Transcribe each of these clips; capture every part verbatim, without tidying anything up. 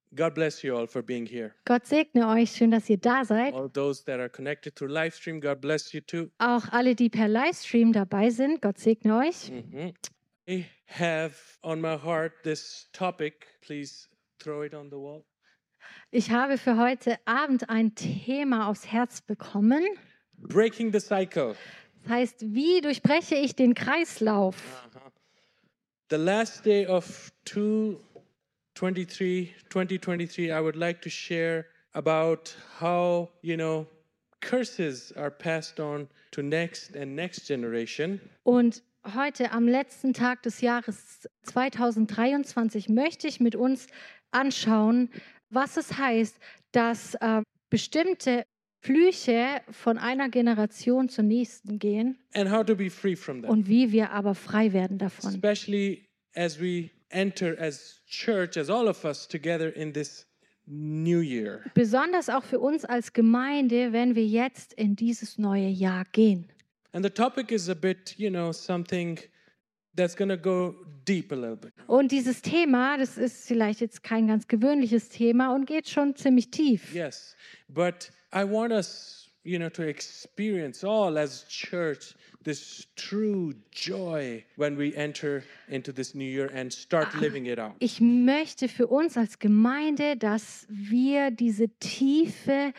God bless you all for being here. Gott segne euch, schön, dass ihr da seid. All those that are connected through live stream, God bless you too. Auch alle, die per Livestream dabei sind, Gott segne euch. Mhm. I have on my heart this topic. Please throw it on the wall. Ich habe für heute Abend ein Thema aufs Herz bekommen. Breaking the cycle. Das heißt, wie durchbreche ich den Kreislauf? Uh-huh. The last day of two twenty-three, twenty twenty-three, I would like to share about how, you know, curses are passed on to next and next generation. Und heute am letzten Tag des Jahres zweitausenddreiundzwanzig möchte ich mit uns anschauen, was es heißt, dass äh, bestimmte Flüche von einer Generation zur nächsten gehen And how to be free from them. und wie wir aber frei werden davon. Especially as we enter as church, as all of us together in this new year. Besonders auch für uns als Gemeinde, wenn wir jetzt in dieses neue Jahr gehen. And the topic is a bit, you know, something that's going to go deep a little bit. Und dieses Thema, das ist vielleicht jetzt kein ganz gewöhnliches Thema und geht schon ziemlich tief. Yes, but I want us, you know, to experience all as church this true joy when we enter into this new year and start living it out. Ich möchte für uns als Gemeinde, dass wir diese tiefe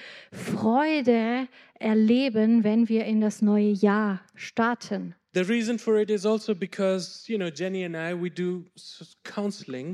Freude erleben, wenn wir in das neue Jahr starten. The reason for it is also because, you know, Jenny and I, we do s- counseling.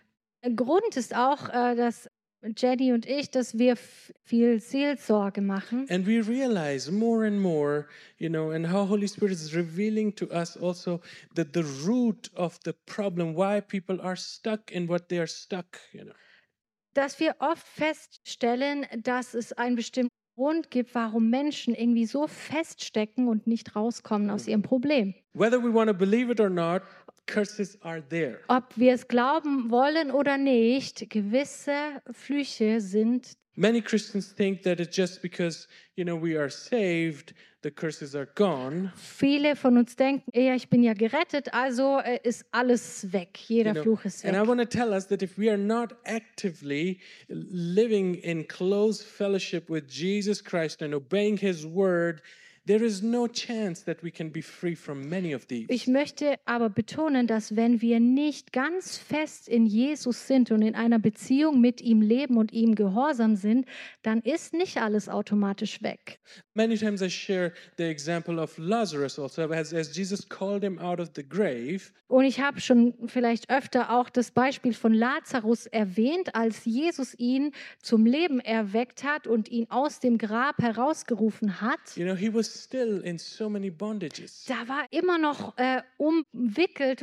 Grund ist auch, äh, dass Jenny und ich, dass wir f- viel Seelsorge machen. And we realize more and more, you know, and how Holy Spirit is revealing to us also that the root of the problem, why people are stuck in what they are stuck, you know. Dass wir oft feststellen, dass es einen bestimmten Grund gibt, warum Menschen irgendwie so feststecken und nicht rauskommen aus ihrem Problem. Whether we want to believe it or not, curses are there. Ob wir es glauben wollen oder nicht, gewisse Flüche sind. Many Christians think that it's just because, you know, we are saved, the curses are gone. Viele von uns denken, ja, ich bin ja gerettet, also äh, ist alles weg, jeder You know. Fluch ist And I weg. want to tell us that if we are not actively living in close fellowship with Jesus Christ and obeying his word, there is no chance that we can be free from many of these. Ich möchte aber betonen, dass wenn wir nicht ganz fest in Jesus sind und in einer Beziehung mit ihm leben und ihm gehorsam sind, dann ist nicht alles automatisch weg. Many times I share the example of Lazarus also, as, as Jesus called him out of the grave. Und ich habe schon vielleicht öfter auch das Beispiel von Lazarus erwähnt, als Jesus ihn zum Leben erweckt hat und ihn aus dem Grab herausgerufen hat. You know, he was still in so many bondages. Da war immer noch äh, umwickelt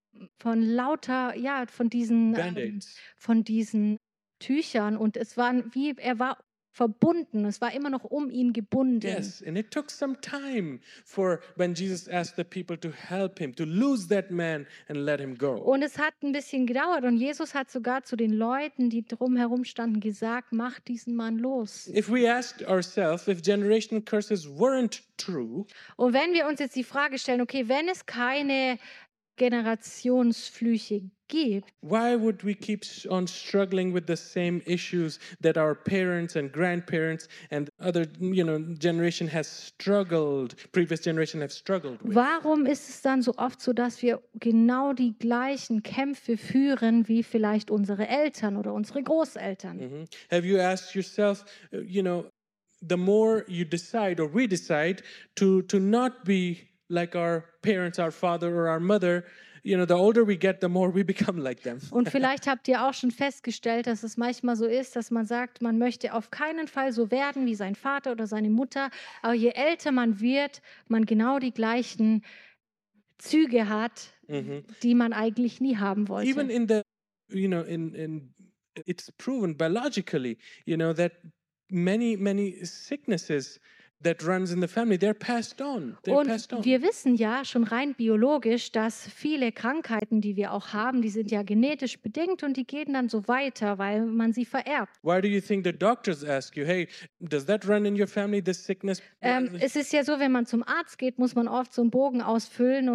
von lauter, ja, von diesen, ähm, Band-Aids. von diesen Tüchern und es waren wie, er war verbunden, es war immer noch um ihn gebunden. Yes, and it took some time for when Jesus asked the people to help him, to lose that man and let him go. Und es hat ein bisschen gedauert und Jesus hat sogar zu den Leuten, die drumherum standen, gesagt, mach diesen Mann los. If we asked ourselves if generational curses weren't true, Und wenn wir uns jetzt die Frage stellen, okay, wenn es keine Generationsflüche gibt, why would we keep s- on struggling with the same issues that our parents and grandparents and other, you know, generation has struggled, previous generation have struggled with? warum ist es dann so oft so, dass wir genau die gleichen Kämpfe führen wie vielleicht unsere Eltern oder unsere Großeltern? Mhm. Have you asked yourself, uh, you know, the more you decide or we decide to to not be like our parents, our father or our mother, you know, the older we get, the more we become like them. Und vielleicht habt ihr auch schon festgestellt, dass es manchmal so ist, dass man sagt, man möchte auf keinen Fall so werden wie sein Vater oder seine Mutter. Aber je älter man wird, man genau die gleichen Züge hat, Mhm. die man eigentlich nie haben Even wollte. in the, you know, in in it's proven biologically, you know, that many many sicknesses that runs in the family, they're passed on. They're passed Und on. wir wissen ja schon rein biologisch, dass viele Krankheiten, die wir auch haben, die sind ja genetisch bedingt und die gehen dann so weiter, weil man sie vererbt. Why do you think the doctors ask you, hey, does that run in your family, this sickness? Ähm, es ist ja so, wenn man zum Arzt geht, muss man oft so einen Bogen ausfüllen und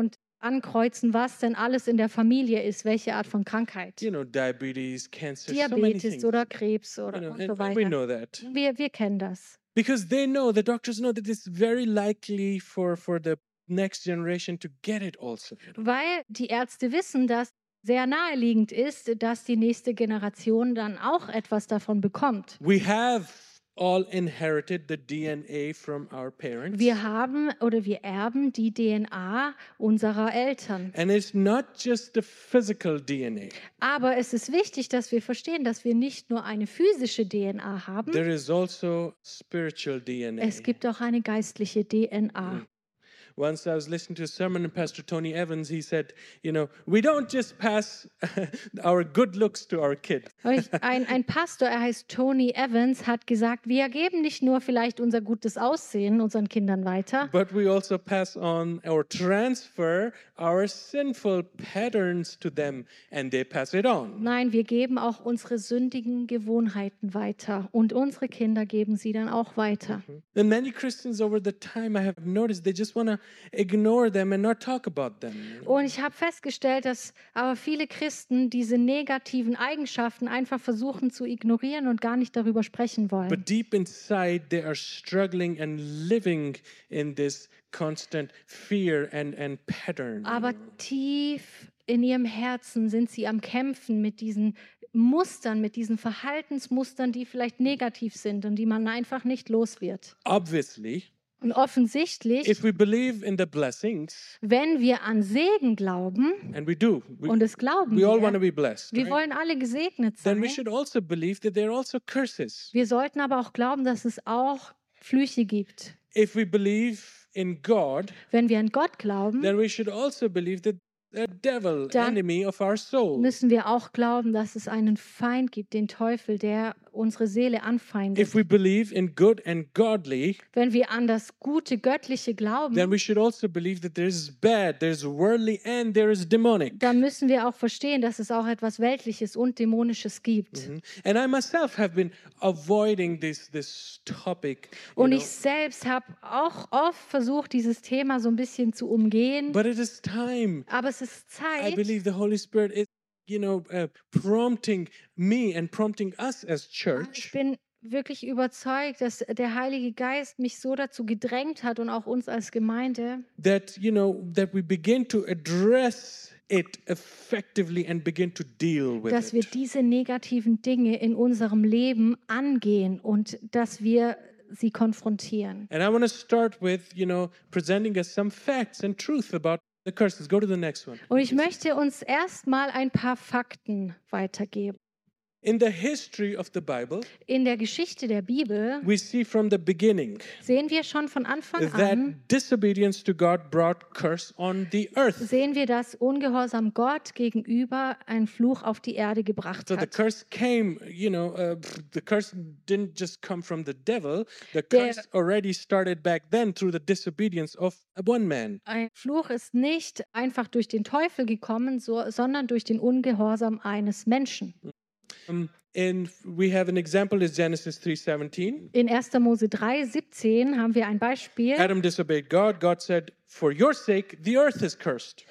ankreuzen, was denn alles in der Familie ist, welche Art von Krankheit. You know, diabetes, cancer, so many Diabetes things. oder Krebs You oder know, und and so we weiter. know that. Wir, wir kennen das. Because they know, the doctors know that it's very likely for, for the next generation to get it also. Weil die Ärzte wissen, dass sehr naheliegend ist, dass die nächste Generation dann auch etwas davon bekommt. We have all inherited the D N A from our parents. Wir haben oder wir erben die D N A unserer Eltern. And it's not just the physical D N A. Aber es ist wichtig, dass wir verstehen, dass wir nicht nur eine physische D N A haben, There is also spiritual D N A. es gibt auch eine geistliche D N A. Once I was listening to a sermon of Pastor Tony Evans, he said, you know, we don't just pass our good looks to our kids. Ein, ein Pastor, er heißt Tony Evans, hat gesagt, wir geben nicht nur vielleicht unser gutes Aussehen unseren Kindern weiter, But we also pass on or transfer our sinful patterns to them and they pass it on. nein, wir geben auch unsere sündigen Gewohnheiten weiter und unsere Kinder geben sie dann auch weiter. And many Christians over the time I have noticed, they just want to ignore them and not talk about them. Und ich habe festgestellt, dass aber viele Christen diese negativen Eigenschaften einfach versuchen zu ignorieren und gar nicht darüber sprechen wollen. But deep inside, they are struggling and living in this constant fear and, and pattern. Aber tief in ihrem Herzen sind sie am Kämpfen mit diesen Mustern, mit diesen Verhaltensmustern, die vielleicht negativ sind und die man einfach nicht los wird. Obviously, Und offensichtlich, if we believe in the blessings, wenn wir an Segen glauben, and we do, we, und es glauben we all want to wir, be blessed, wir right? wollen alle gesegnet Then sein, we should also believe that there are also curses. wir sollten aber auch glauben, dass es auch Flüche gibt. If we believe in God, Wenn wir an Gott glauben, then we should also believe that the devil, Dann enemy of our soul. müssen wir auch glauben, dass es einen Feind gibt, den Teufel, der unsere Seele anfeindet. If we believe in good and godly, Wenn wir an das gute Göttliche glauben, then we should also believe that there is bad, there is worldly, and there is demonic. dann müssen wir auch verstehen, dass es auch etwas Weltliches und Dämonisches gibt. Mhm. And I myself have been avoiding this, this topic. You Und know, ich selbst habe auch oft versucht, dieses Thema so ein bisschen zu umgehen. but it is time. Aber es ist I Zeit, believe the Holy Spirit is, you know, uh, prompting me and prompting us as ich church bin wirklich überzeugt, dass der Heilige Geist mich so dazu gedrängt hat und auch uns als Gemeinde, that, you know, that we begin to address it effectively and begin to deal with dass wir it. diese negativen Dinge in unserem Leben angehen und dass wir sie konfrontieren. And I want to start with, you know, presenting us some facts and truth about the curses. Go to the next one. Und ich möchte uns erstmal ein paar Fakten weitergeben. In the history of the Bible, In der Geschichte der Bibel we see from the beginning sehen wir schon von Anfang that an, disobedience to God brought curse on the earth. sehen wir, dass Ungehorsam Gott gegenüber einen Fluch auf die Erde gebracht So the hat. curse came, you know, uh, the curse didn't just come from the devil. The Der- curse already started back then through the disobedience of one man. Ein Fluch ist nicht einfach durch den Teufel gekommen, so, sondern durch den Ungehorsam eines Menschen. Um, and we have an example is Genesis three seventeen. In erster Mose drei siebzehn haben wir ein Beispiel. Adam disobeyed God. God said, "For your sake, the earth is cursed."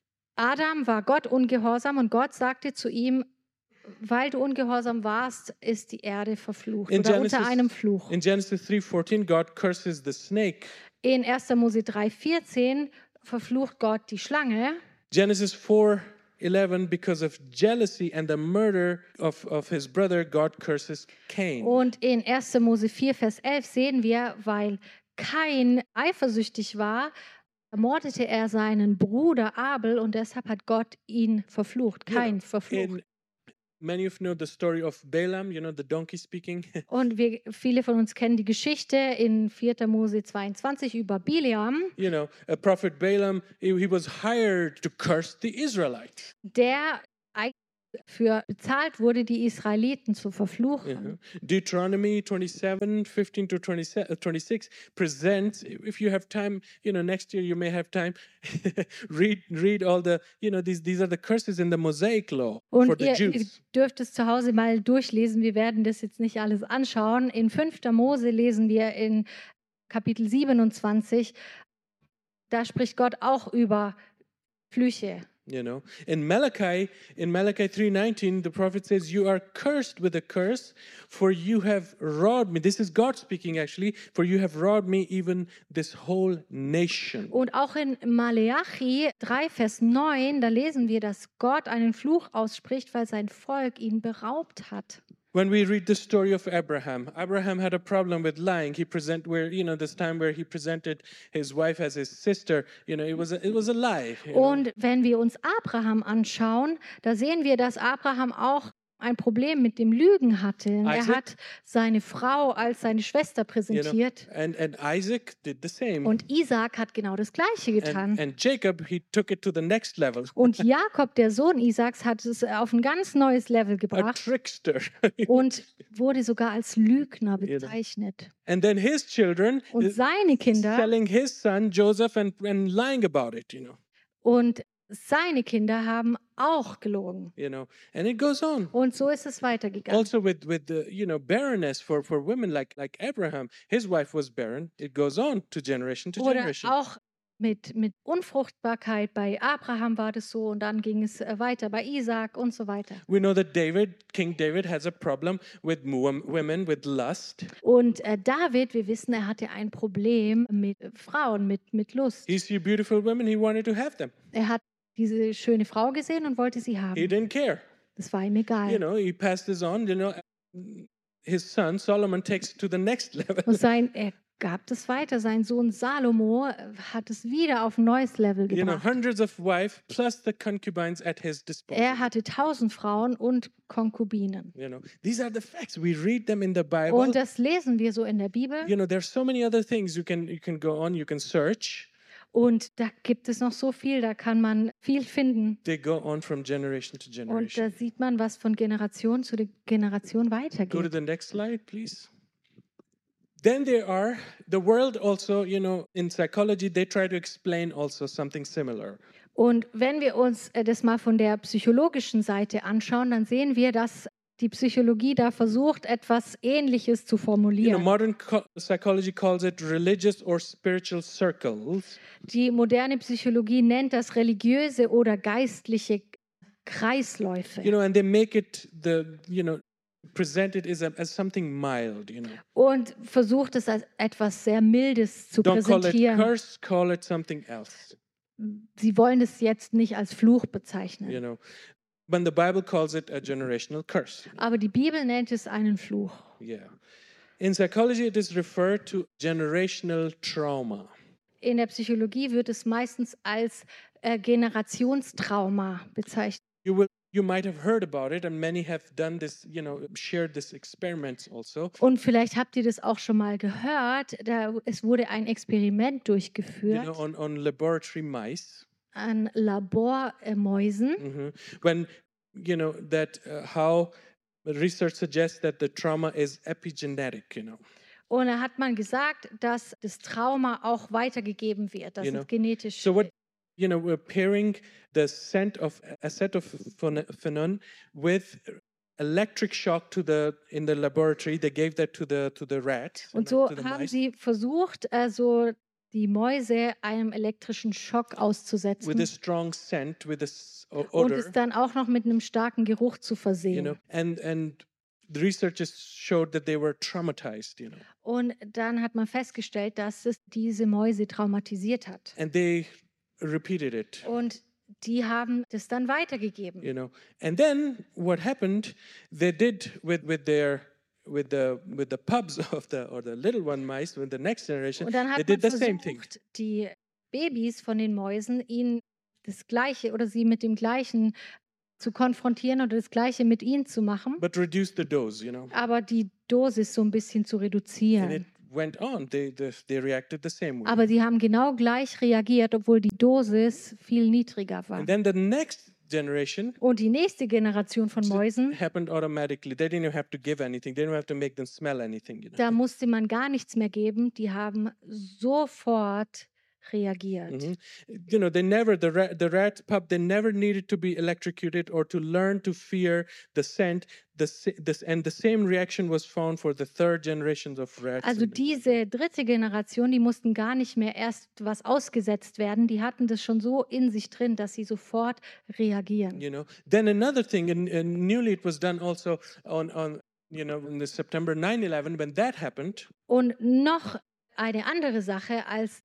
Adam war Gott ungehorsam und Gott sagte zu ihm, weil du ungehorsam warst, ist die Erde verflucht In oder Genesis- unter einem Fluch. In Genesis three fourteen, God curses the snake. In erster Mose drei vierzehn verflucht Gott die Schlange. Genesis four eleven, because of jealousy and the murder of, of his brother, God curses Cain. Und in erster Mose vier Vers elf sehen wir, weil Kain eifersüchtig war, ermordete er seinen Bruder Abel und deshalb hat Gott ihn verflucht. You know, Kain verflucht. In many of you know the story of Balaam, you know, the donkey speaking. Und wir, viele von uns kennen die Geschichte in vierter Mose zweiundzwanzig über Bileam, You know, a prophet Balaam, he, he was hired to curse the Israelites. der eigentlich für bezahlt wurde, die Israeliten zu verfluchen. Mhm. Deuteronomy twenty-seven, fifteen to twenty-six presents, if you have time, you know, next year you may have time, read read all the, you know, these these are the curses in the Mosaic law for Und the ihr, ihr Jews. dürft es zu Hause mal durchlesen. Wir werden das jetzt nicht alles anschauen. In fünfter Mose lesen wir in Kapitel siebenundzwanzig, da spricht Gott auch über Flüche. You know, in Malachi, in Malachi three nineteen, the prophet says, "You are cursed with a curse, for you have robbed me." This is God speaking, actually. For you have robbed me, even this whole nation. Und auch in Maleachi drei, Vers neun, da lesen wir, dass Gott einen Fluch ausspricht, weil sein Volk ihn beraubt hat. When we read the story of Abraham, Abraham had a problem with lying. He present where you know this time where he presented his wife as his sister. You know, it was a, it was a lie. You know? Und wenn wir uns Abraham anschauen, da sehen wir, dass Abraham auch ein Problem mit dem Lügen hatte. Er Isaac? hat seine Frau als seine Schwester You know, präsentiert. and and Isaac did the same. Und Isaac hat genau das Gleiche getan. And, and Jacob, he took it to the next level. Und Jakob, der Sohn Isaaks, hat es auf ein ganz neues Level A gebracht trickster. und wurde sogar als Lügner know. bezeichnet. And then his children Und uh, seine Kinder selling his son Joseph and, and lying about it, you know. und seine Kinder haben auch gelogen. You know, and it goes on. Und so ist es weitergegangen. Also with with the you know barrenness for for women like like Abraham, his wife was barren. It goes on to generation to Oder generation. auch mit, mit Unfruchtbarkeit. Bei Abraham war das so und dann ging es äh, weiter bei Isaak und so weiter. We know that David, King David, has a problem with mo- women with lust. Und äh, David, wir wissen, er hatte ein Problem mit äh, Frauen, mit, mit Lust. He see beautiful women, he wanted to have them. Er hat diese schöne Frau gesehen und wollte sie He haben. didn't care. Das war ihm egal. You know, he passed this on. You know, his son Solomon takes it to the next level. Und sein, er gab das weiter. Sein Sohn Salomo äh, hat es wieder auf ein neues Level You know, gebracht. hundreds of wives plus the concubines at his disposal. Er hatte tausend Frauen und Konkubinen. You know, these are the facts. We read them in the Bible. Und das lesen wir so in der Bibel. You know, there's so many other things you can you can go on. You can search. Und da gibt es noch so viel, da kann man viel finden. They go on from generation to Und generation. da sieht man, was von Generation zu de- Generation Go to weitergeht. the next slide, please. Then there are the world also. You know, in psychology, they try to explain also something similar. Und wenn wir uns äh, das mal von der psychologischen Seite anschauen, dann sehen wir, dass die Psychologie da versucht, etwas Ähnliches zu You know, formulieren. modern co- psychology calls it religious or spiritual circles. Die moderne Psychologie nennt das religiöse oder geistliche Kreisläufe. You know, and they make it the you know present it as, a, as something mild. You know, Und versucht es als etwas sehr Mildes zu don't call it präsentieren. curse, call it something else. Sie wollen es jetzt nicht als Fluch bezeichnen. You know, when the Bible calls it a generational curse. Aber die Bibel nennt es einen Fluch. Yeah, in psychology, it is referred to generational trauma. In der Psychologie wird es meistens als äh, Generationstrauma bezeichnet. You will you might have heard about it, and many have done this. You know, shared this experiments also. Und vielleicht habt ihr das auch schon mal gehört. Da, es wurde ein Experiment You durchgeführt know, on on laboratory mice. an Labormäusen. Mhm. When you know that uh, how research suggests that the trauma is epigenetic, you know. Und da hat man gesagt, dass das Trauma auch weitergegeben wird, dass You know, es genetisch So what you know, we're pairing the scent of a set of phen- phenon with electric shock to the in the laboratory. They gave that to the to the rats. you Und know, so to the haben mice, sie versucht, also die Mäuse einem elektrischen Schock with auszusetzen a strong scent, with a s- o- und odor, es dann auch noch mit einem starken Geruch zu you versehen. know, and and the researchers showed that they were traumatized, you know, Und dann hat man festgestellt, dass es diese Mäuse traumatisiert hat. and they repeated it. Und die haben das dann weitergegeben. You know, and then what happened? They did with with their with the with the pups of the or the little one mice with the next generation. Und dann They hat man did the same thing. versucht, die Babys von den Mäusen, ihnen das Gleiche oder sie mit dem Gleichen zu konfrontieren oder das Gleiche mit ihnen zu machen, But reduce the dose, you know. aber die Dosis so ein bisschen zu And it reduzieren. went on. They, they they reacted the same way. Aber sie haben genau gleich reagiert, obwohl die Dosis viel niedriger war. And then the next generation Und die nächste Generation von Mäusen, happened automatically. They didn't even have to give anything. They didn't have to make them smell anything. You know. da musste man gar nichts mehr geben. Die haben sofort reagiert. Mhm. You know, they never, the rat, the rat pup, they never needed to be electrocuted or to learn to fear the scent. The, sa- this, and the same reaction was found for the third generations of rats. Also in the- diese dritte Generation, die mussten gar nicht mehr erst was ausgesetzt werden, die hatten das schon so in sich drin, dass sie sofort reagieren. You know, then another thing, and, and newly it was done also on, on you know, in the September nine eleven, when that happened, Und noch eine andere Sache, als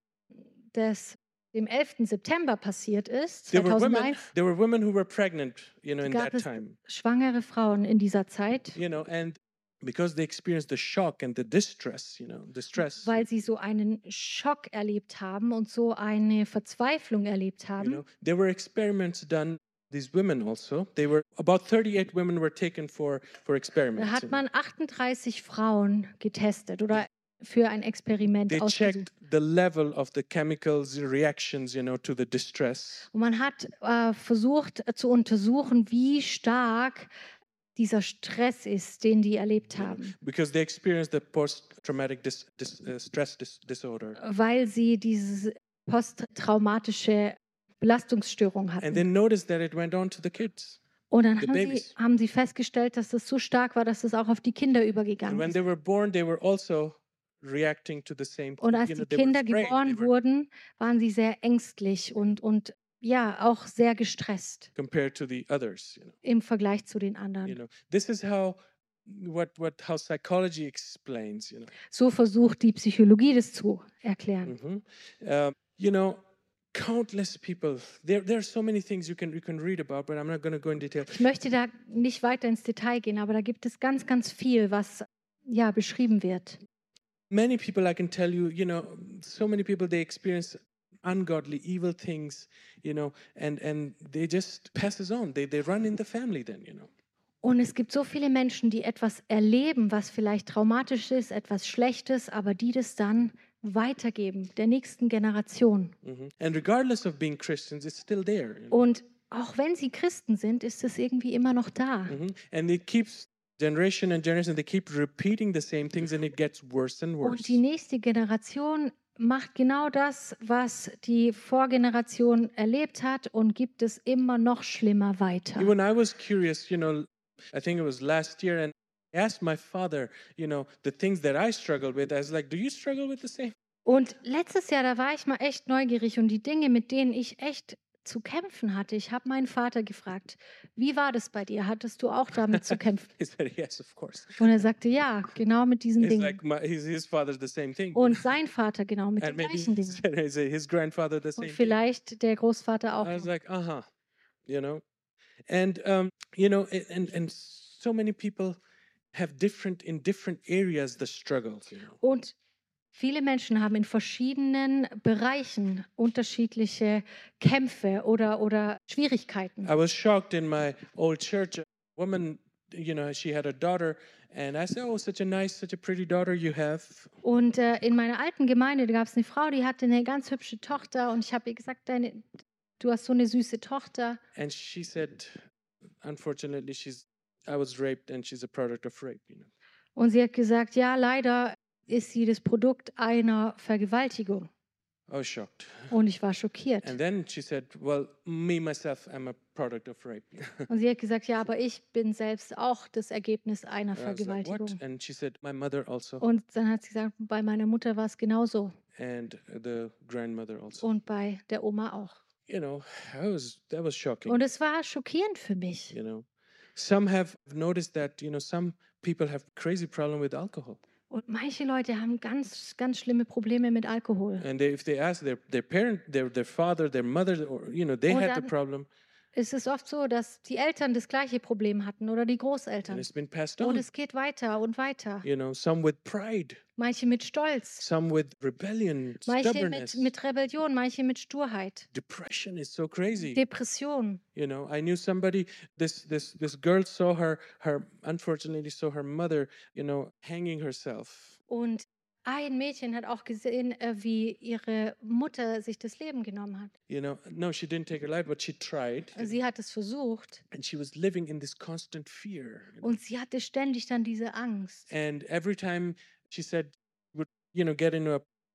das dem elften September passiert ist, there were women, zweitausendeins, there were women who were pregnant, you know, in gab that es time, schwangere Frauen in dieser Zeit, you know, and because they experienced the shock and the distress, you know, the stress, weil sie so einen Schock erlebt haben und so eine Verzweiflung erlebt you haben. know, there were experiments done. These women also, they were about thirty-eight women were taken for for Da experiments. hat you know. man achtunddreißig Frauen getestet oder für ein Experiment They ausgesucht. checked the level of the chemicals reactions, you know, to the distress. Und man hat äh, versucht äh, zu untersuchen, wie stark dieser Stress ist, den die erlebt you know, haben, because they experienced the post-traumatic dis, dis, uh, stress dis, disorder. weil sie diese posttraumatische Belastungsstörung And hatten. they noticed that it went on to the kids. Und dann the haben sie, babies. haben sie festgestellt, dass das so stark war, dass es auch auf die Kinder And übergegangen when ist. they were born, they were also reacting to the same Und thing. als You know, die they were Kinder afraid. geboren They were wurden, waren sie sehr ängstlich und, und ja, auch sehr gestresst compared to the others. You know, im Vergleich zu den you anderen. know, this is how what what how psychology explains. You know, So versucht die Psychologie das zu erklären. Mhm. Um, you know, countless people. There there are so many things you can you can read about, but I'm not going to go in detail. Ich möchte da nicht weiter ins Detail gehen, aber da gibt es ganz, ganz viel, was ja beschrieben wird. Many people, I can tell you, you know, so many people they experience ungodly, evil things, you know, and and they just passes on. They they run in the family then, you know. Und es gibt so viele Menschen, die etwas erleben, was vielleicht traumatisch ist, etwas Schlechtes, aber die das dann weitergeben, der nächsten Generation. Mhm. And regardless of being Christians, it's still there. You know? Und auch wenn sie Christen sind, ist es irgendwie immer noch da. Mhm. And it keeps generation and generation. They keep repeating the same things, and it gets worse and worse. Und die nächste Generation macht genau das, was die Vorgeneration erlebt hat und gibt es immer noch schlimmer weiter. Even I was curious, you know, I think it was last year, and I asked my father, you know, the things that I struggled with. I was like, do you struggle with the same? Und letztes Jahr, da war ich mal echt neugierig und die Dinge, mit denen ich echt zu kämpfen hatte, ich habe meinen Vater gefragt, wie war das bei dir? Hattest du auch damit zu kämpfen? He said, yes, of course. Und er sagte, ja, genau mit diesen He's Dingen. like, my, his, his father's the same thing. Und sein Vater genau mit And den maybe gleichen Dingen. said, he said his grandfather the Und same thing. vielleicht der Großvater auch I was noch. like, uh-huh, you know. And, um, you know, a- and, and so many people have different, in different areas, the struggles, you know. Und viele Menschen haben in verschiedenen Bereichen unterschiedliche Kämpfe oder, oder Schwierigkeiten. I was shocked in my old church. A woman, you know, she had a daughter, and I said, "Oh, such a nice, such a pretty daughter you have." Und äh, in meiner alten Gemeinde gab es eine Frau, die hatte eine ganz hübsche Tochter und ich habe ihr gesagt, Deine, du hast so eine süße Tochter. And she said, "Unfortunately, she's I was raped, and she's a product of rape." You know. Und sie hat gesagt, ja, leider ist sie das Produkt einer Vergewaltigung. I was shocked. Und ich war schockiert. And then she said, "Well, me myself, I'm a product of rape." Und sie hat gesagt, ja, aber ich bin selbst auch das Ergebnis einer And I was like, Vergewaltigung. "What?" And she said, "My mother also, Und dann hat sie gesagt, bei meiner Mutter war es genauso and the grandmother also." und bei der Oma auch. You know, I was that was shocking. Und es war schockierend für mich. You know, some have noticed that. You know, some people have crazy problem with alcohol. Und manche Leute haben ganz, ganz schlimme Probleme mit Alkohol. And they, if they ask their, their parent, their, their father, their mother, or you know, they Und had the dann- problem, Es ist oft so, dass die Eltern das gleiche Problem hatten oder die and Großeltern. it's been passed Und on. es geht weiter und weiter. You know, some with pride, Manche mit Stolz, some with rebellion, manche stubbornness. mit, mit Rebellion, manche mit Sturheit, Depression is so crazy. Depression. You know, I knew somebody. This this this girl saw her her unfortunately saw her mother. You know, hanging herself. Und ein Mädchen hat auch gesehen, äh, wie ihre Mutter sich das Leben genommen hat. You know, no, she didn't take her life, but she tried, Sie hat es versucht and she was living in this constant fear. you know. und sie hatte ständig dann diese Angst. And every time she said, would you know, get into a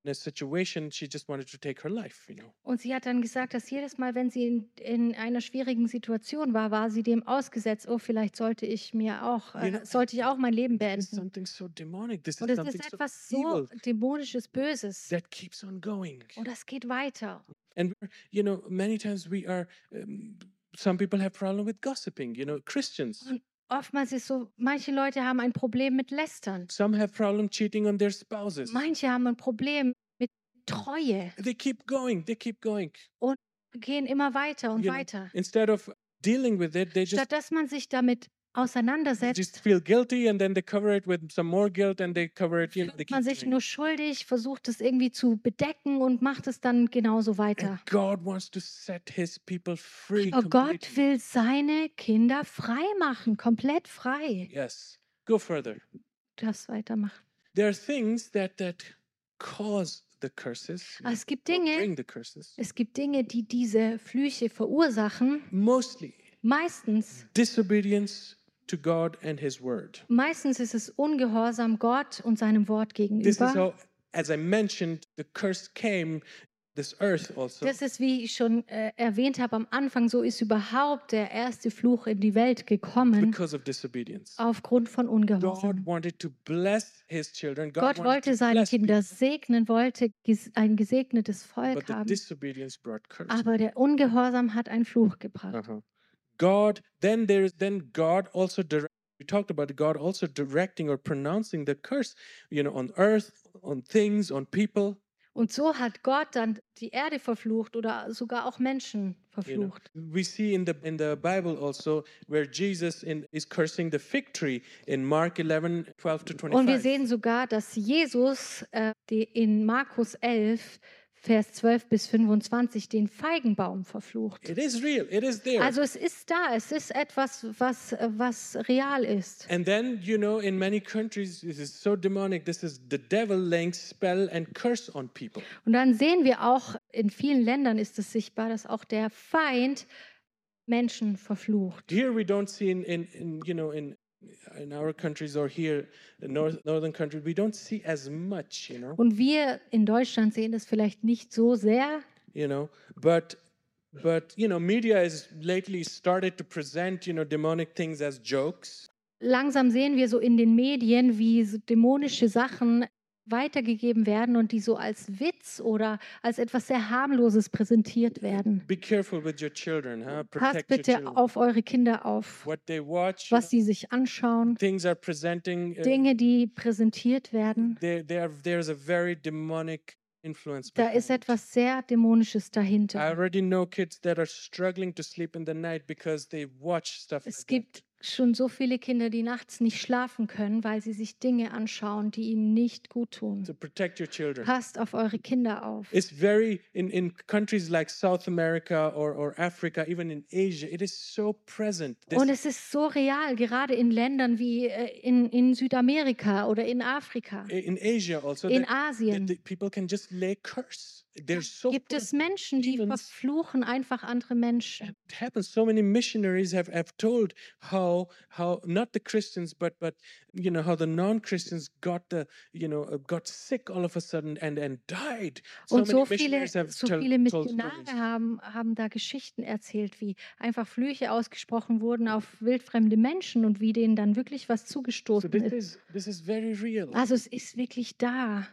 in a situation, she just wanted to take her life, you know. Und sie hat dann gesagt, dass jedes Mal, wenn sie in, in einer schwierigen Situation war, war sie dem ausgesetzt, oh, vielleicht sollte ich mir auch, You know, äh, sollte ich auch mein Leben This is beenden. something so demonic. This is Und es something ist so etwas so evil dämonisches, Böses. that keeps on going. Und das geht weiter. And we're, you know, many times we are. Um, some people have problem with gossiping. You know, Christians. Und oftmals ist so, manche Leute haben ein Problem mit Lästern. Some have problem cheating on their spouses. Manche haben ein Problem mit Treue They keep going. They keep going. und gehen immer weiter und You know, weiter. instead of dealing with it, they just Statt dass man sich damit they auseinandersetzt, just feel guilty, and then they cover it with some more guilt, and they cover it. You know, they fühlt man keep sich doing it. nur schuldig, versucht es irgendwie zu bedecken und macht es dann genauso And weiter. God wants to set His people free. Aber Gott completely. will seine Kinder frei machen, komplett frei. Yes. Go further. Du darfst weitermachen. There are things that that cause the curses. Aber es gibt or Dinge, bring the curses. es gibt Dinge, die diese Flüche verursachen. Mostly Meistens, disobedience to God and His word. meistens ist es Ungehorsam Gott und seinem Wort This is gegenüber. how, as I mentioned, the curse came this earth also Das ist, wie ich schon äh, erwähnt habe am Anfang, so ist überhaupt der erste Fluch in die Welt gekommen because of disobedience. aufgrund von God Ungehorsam. wanted to bless His children. God Gott wanted wollte to seine bless Kinder people, segnen, wollte ges- ein gesegnetes but Volk the haben, disobedience brought curse. aber der Ungehorsam hat einen Fluch gebracht. Uh-huh. God, then there is then God also direct. We talked about God also directing or pronouncing the curse, you know, on earth, on things, on people. Und so hat Gott dann die Erde verflucht oder sogar auch Menschen You know, verflucht. we see in the in the Bible also where Jesus in, is cursing the fig tree in Mark eleven, twelve to Und wir twenty-five. sehen sogar, dass Jesus äh, die in Markus elf, Vers zwölf bis fünfundzwanzig den Feigenbaum verflucht. It is real. It is there. Also es ist da, es ist etwas, was, äh, was real ist. And then, you know, in many countries, this is so demonic. This is the devil laying spell and curse on people. Und dann sehen wir auch, in vielen Ländern ist es sichtbar, dass auch der Feind Menschen verflucht. Here we don't see in, in, in you know, in in our countries or here, in north, northern countries, we don't see as much, you know, Und wir in Deutschland sehen es vielleicht nicht so sehr, you know, but but you know, media has lately started to present, you know, demonic things as jokes. langsam sehen wir so in den Medien, wie so dämonische Sachen weitergegeben werden und die so als Witz oder als etwas sehr harmloses präsentiert werden. Be careful with your children, huh? Passt Protect your bitte children. auf eure Kinder auf, What they watch, was sie sich anschauen, things are presenting. Uh, Dinge, die präsentiert werden. there, there, there's a very demonic influence. Da ist behind. etwas sehr Dämonisches I dahinter. already know kids that are struggling to sleep in the night because they watch stuff Es like gibt schon so viele Kinder, die nachts nicht schlafen können, weil sie sich Dinge anschauen, die ihnen nicht gut tun. that. So protect your children. Passt auf eure Kinder auf. It's very in, in countries like South America or, or Africa, even in Asia, it is so present. This, Und es ist so real, gerade in Ländern wie äh, in, in Südamerika oder in Afrika, in Asia also, in that, that Asien. the people can just lay curse. They're so Gibt es present. Menschen, die demons. verfluchen einfach andere Menschen. It happens. So many missionaries have, have told how how not the Christians but but you know how the non-Christians got the you know uh, got sick all of a sudden and and died. So Und many so viele, missionaries have so tell- viele told Missionare stories. haben, haben da Geschichten erzählt, wie einfach Flüche ausgesprochen wurden auf wildfremde Menschen und wie denen dann wirklich was So zugestoßen this ist. is this is very real. Also es ist wirklich da.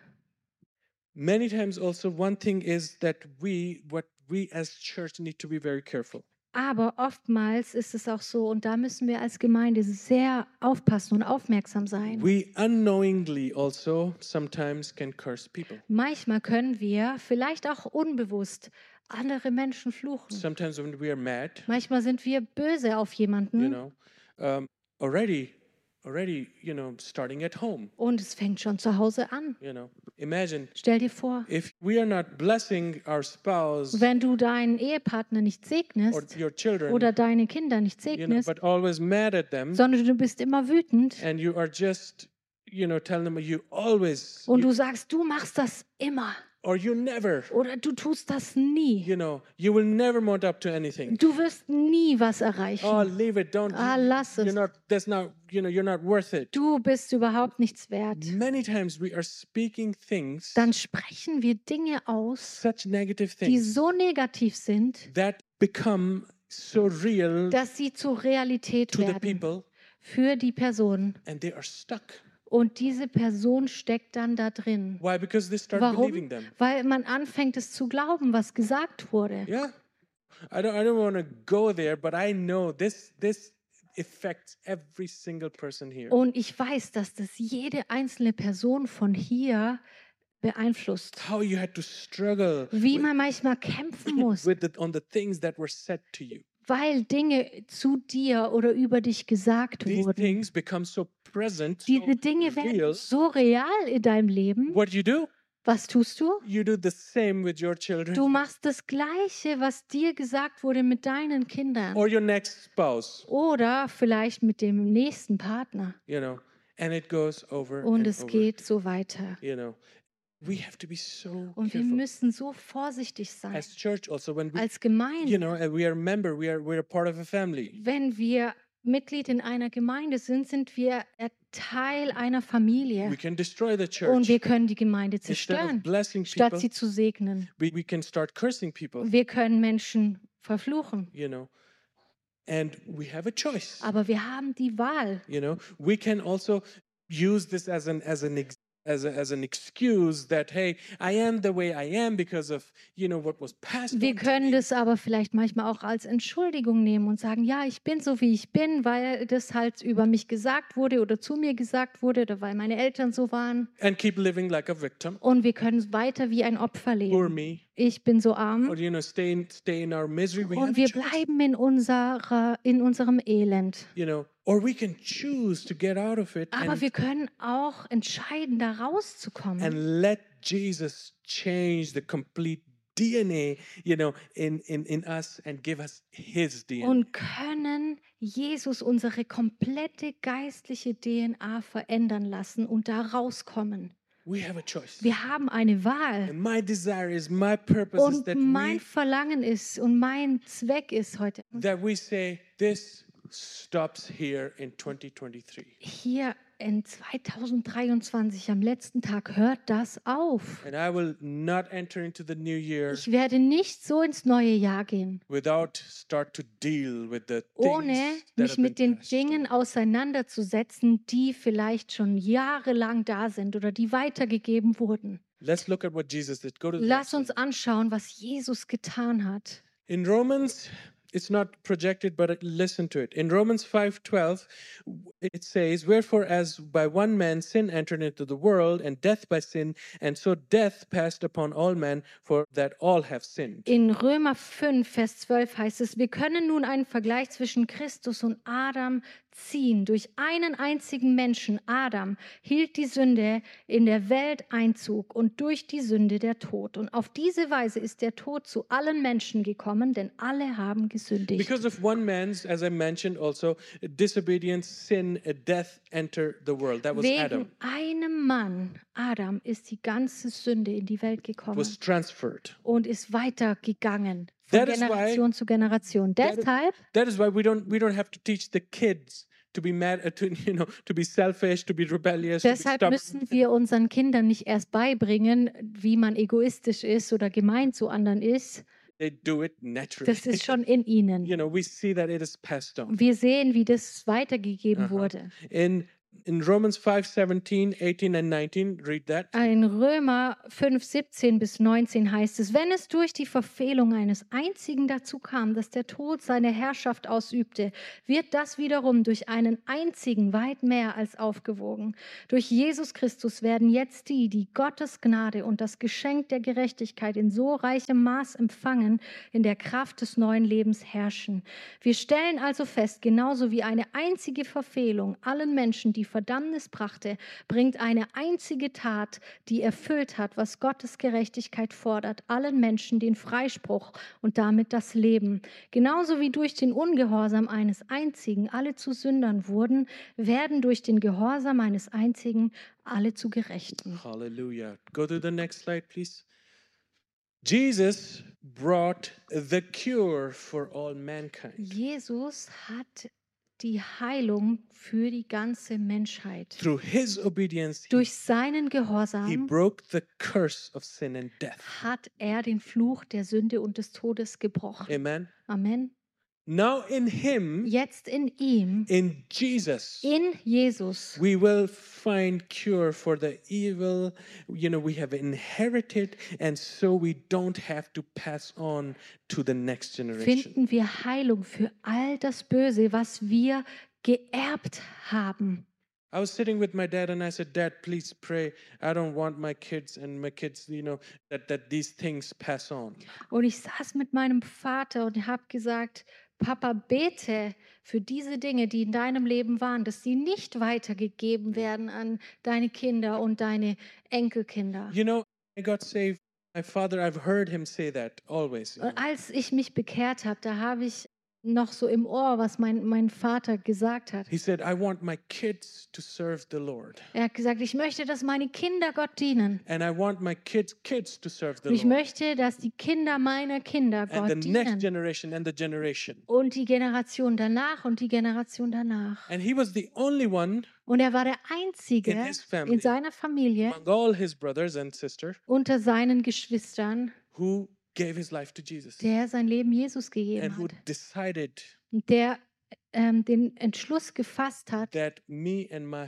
Many times also one thing is that we what we as church need to be very careful. Aber oftmals ist es auch so, und da müssen wir als Gemeinde sehr aufpassen und aufmerksam sein. We unknowingly also sometimes can curse people. Manchmal können wir, vielleicht auch unbewusst, andere Menschen fluchen. Sometimes when we are mad, Manchmal sind wir böse auf you jemanden know, um, already already, you know, starting at home, und es fängt schon zu Hause an. you know. Imagine Stell dir vor, if we are not blessing our spouse wenn du deinen Ehepartner nicht or segnest your children, oder deine Kinder nicht you know, segnest, but always mad at them, sondern du bist immer wütend and you are just, you know, telling them you always, und you, du sagst, du machst das immer. or you never. Oder du tust das nie. You know, you will never mount up to anything. Du wirst nie was Oh, erreichen. leave it. Don't. Ah, you- lass You're es. not. That's not. You know, you're not worth it. Du bist überhaupt nichts wert. Many times we are speaking things, Dann sprechen wir Dinge aus, such negative die things, so negativ sind, that become so real dass sie zur Realität to the werden people, für die Person. and they are stuck. Und diese Person steckt dann da drin. Why? Because they start Warum? believing them. Weil man anfängt, es zu glauben, was gesagt wurde. Yeah. I don't. I don't want to go there, but I know this. This affects every single person here. Und ich weiß, dass das jede einzelne Person von hier beeinflusst. How you had to struggle Wie with, man manchmal kämpfen muss, with the, on the things that were said to you. weil Dinge zu dir oder über dich gesagt These wurden. things become so present, so Diese Dinge werden real. so real in deinem Leben. What you do? Was tust du? You do the same with your children Du machst das Gleiche, was dir gesagt wurde mit deinen Kindern. or your next spouse. Oder vielleicht mit dem nächsten Partner. You know, and it goes over Und and es over. geht so weiter. You know, we have to be so Und wir careful müssen so vorsichtig sein. as church also when we, Als you Gemeinde, know, and we are a member. We are we're a part of a family. wenn wir Mitglied in einer Gemeinde sind, sind wir Teil einer We Familie. can destroy the Und church wir können die Gemeinde instead of zerstören, blessing statt people. sie zu segnen. We, we can start cursing people. Wir können Menschen verfluchen. You know, and we have a choice. Aber wir haben die Wahl. You know, we can also use this as an as an ex, as a, as an excuse that hey, I am the way I am because of you know what was passed Wir on to können me. das aber vielleicht manchmal auch als Entschuldigung nehmen und sagen, ja, ich bin so, wie ich bin, weil das halt über mich gesagt wurde oder zu mir gesagt wurde oder weil meine Eltern so waren. And keep living like a victim. Und wir können weiter wie ein Opfer Poor leben. me. Ich bin so Or arm. you know, stay in stay in our misery. We have Und a wir choice. bleiben in, unserer, in unserem Elend. You know, or we can choose to get out of it Aber and, wir können auch entscheiden, da rauszukommen. and let Jesus change the complete D N A, you know, in, in, in us and give us his D N A. Und können Jesus unsere komplette geistliche D N A verändern lassen und da rauskommen. We have a choice. Wir haben eine Wahl. And my desire is, my purpose is Und that mein we, Verlangen ist und mein Zweck ist heute, that we say this stops here in twenty twenty-three. hier in zweitausenddreiundzwanzig, am letzten Tag, hört das auf. And I will not enter into the new year Ich werde nicht so ins neue Jahr gehen, without start to deal with the ohne things that mich have been mit den passed on. Dingen auseinanderzusetzen, die vielleicht schon jahrelang da sind oder die weitergegeben wurden. Let's look at what Jesus did. Go to the Lass next uns one. anschauen, was Jesus getan hat. In Romans, it's not projected, but listen to it. In Romans five twelve, it says, "Wherefore, as by one man sin entered into the world, and death by sin, and so death passed upon all men, for that all have sinned." In Römer fünf, Vers zwölf heißt es, wir können nun einen Vergleich zwischen Christus und Adam ziehen. Durch einen einzigen Menschen, Adam, hielt die Sünde in der Welt Einzug und durch die Sünde der Tod. Und auf diese Weise ist der Tod zu allen Menschen gekommen, denn alle haben gesündigt. Because of one man's, as I mentioned also, disobedience, sin, uh, death enter the world. That was Adam. Wegen einem Mann, Adam, ist die ganze Sünde in die Welt gekommen Was transferred. und ist weitergegangen von That is why- Generation zu Generation. that is- Deshalb That is why we don't we don't have to teach the kids to be mad, uh, to you know, to be selfish, to be rebellious, to be Deshalb stubborn. müssen wir unseren Kindern nicht erst beibringen, wie man egoistisch ist oder gemein zu anderen ist. They do it naturally. Das ist schon in ihnen. You know, we see that it is passed on. Wir sehen, wie das weitergegeben Aha. wurde. In in Romans five seventeen, eighteen, and nineteen, read that. In Römer fünf, siebzehn bis neunzehn heißt es, wenn es durch die Verfehlung eines einzigen dazu kam, dass der Tod seine Herrschaft ausübte, wird das wiederum durch einen einzigen weit mehr als aufgewogen. Durch Jesus Christus werden jetzt die, die Gottes Gnade und das Geschenk der Gerechtigkeit in so reichem Maß empfangen, in der Kraft des neuen Lebens herrschen. Wir stellen also fest, genauso wie eine einzige Verfehlung allen Menschen die Verdammnis brachte, bringt eine einzige Tat, die erfüllt hat, was Gottes Gerechtigkeit fordert, allen Menschen den Freispruch und damit das Leben. Genauso wie durch den Ungehorsam eines einzigen alle zu Sündern wurden, werden durch den Gehorsam eines einzigen alle zu Gerechten. Hallelujah. Go to the next slide, please. Jesus brought the cure for all mankind. Jesus hat die Heilung für die ganze Menschheit. Through his obedience, he, Durch seinen he Gehorsam broke the curse of sin and death. hat er den Fluch der Sünde und des Todes gebrochen. Amen. Amen. Now in him, Jetzt in ihm, in Jesus, in Jesus, we will find cure for the evil, you know, we have inherited, and so we don't have to pass on to the next generation. finden wir Heilung für all das Böse, was wir geerbt haben. I was sitting with my dad and I said, Dad, please pray. I don't want my kids and my kids, you know, that, that these things pass on. Und ich saß mit meinem Vater und habe gesagt, Papa, bete für diese Dinge, die in deinem Leben waren, dass sie nicht weitergegeben werden an deine Kinder und deine Enkelkinder. You know, I got saved. My father, I've heard him say that always. you Und know. als ich mich bekehrt habe, da habe ich noch so im Ohr, was mein, mein Vater gesagt hat. He said, I want my kids to serve the Lord. Er hat gesagt, ich möchte, dass meine Kinder Gott dienen. And I want my kids' kids to serve the Und ich Lord. möchte, dass die Kinder meiner Kinder And the Gott next dienen. generation and the generation. Und die Generation danach und die Generation danach. And he was the only one Und er war der Einzige in his family, in seiner Familie among all his brothers and sisters, unter seinen Geschwistern, who gave his life to Jesus der sein Leben Jesus and gegeben who hat. decided Und der ähm, den Entschluss gefasst hat, that me and my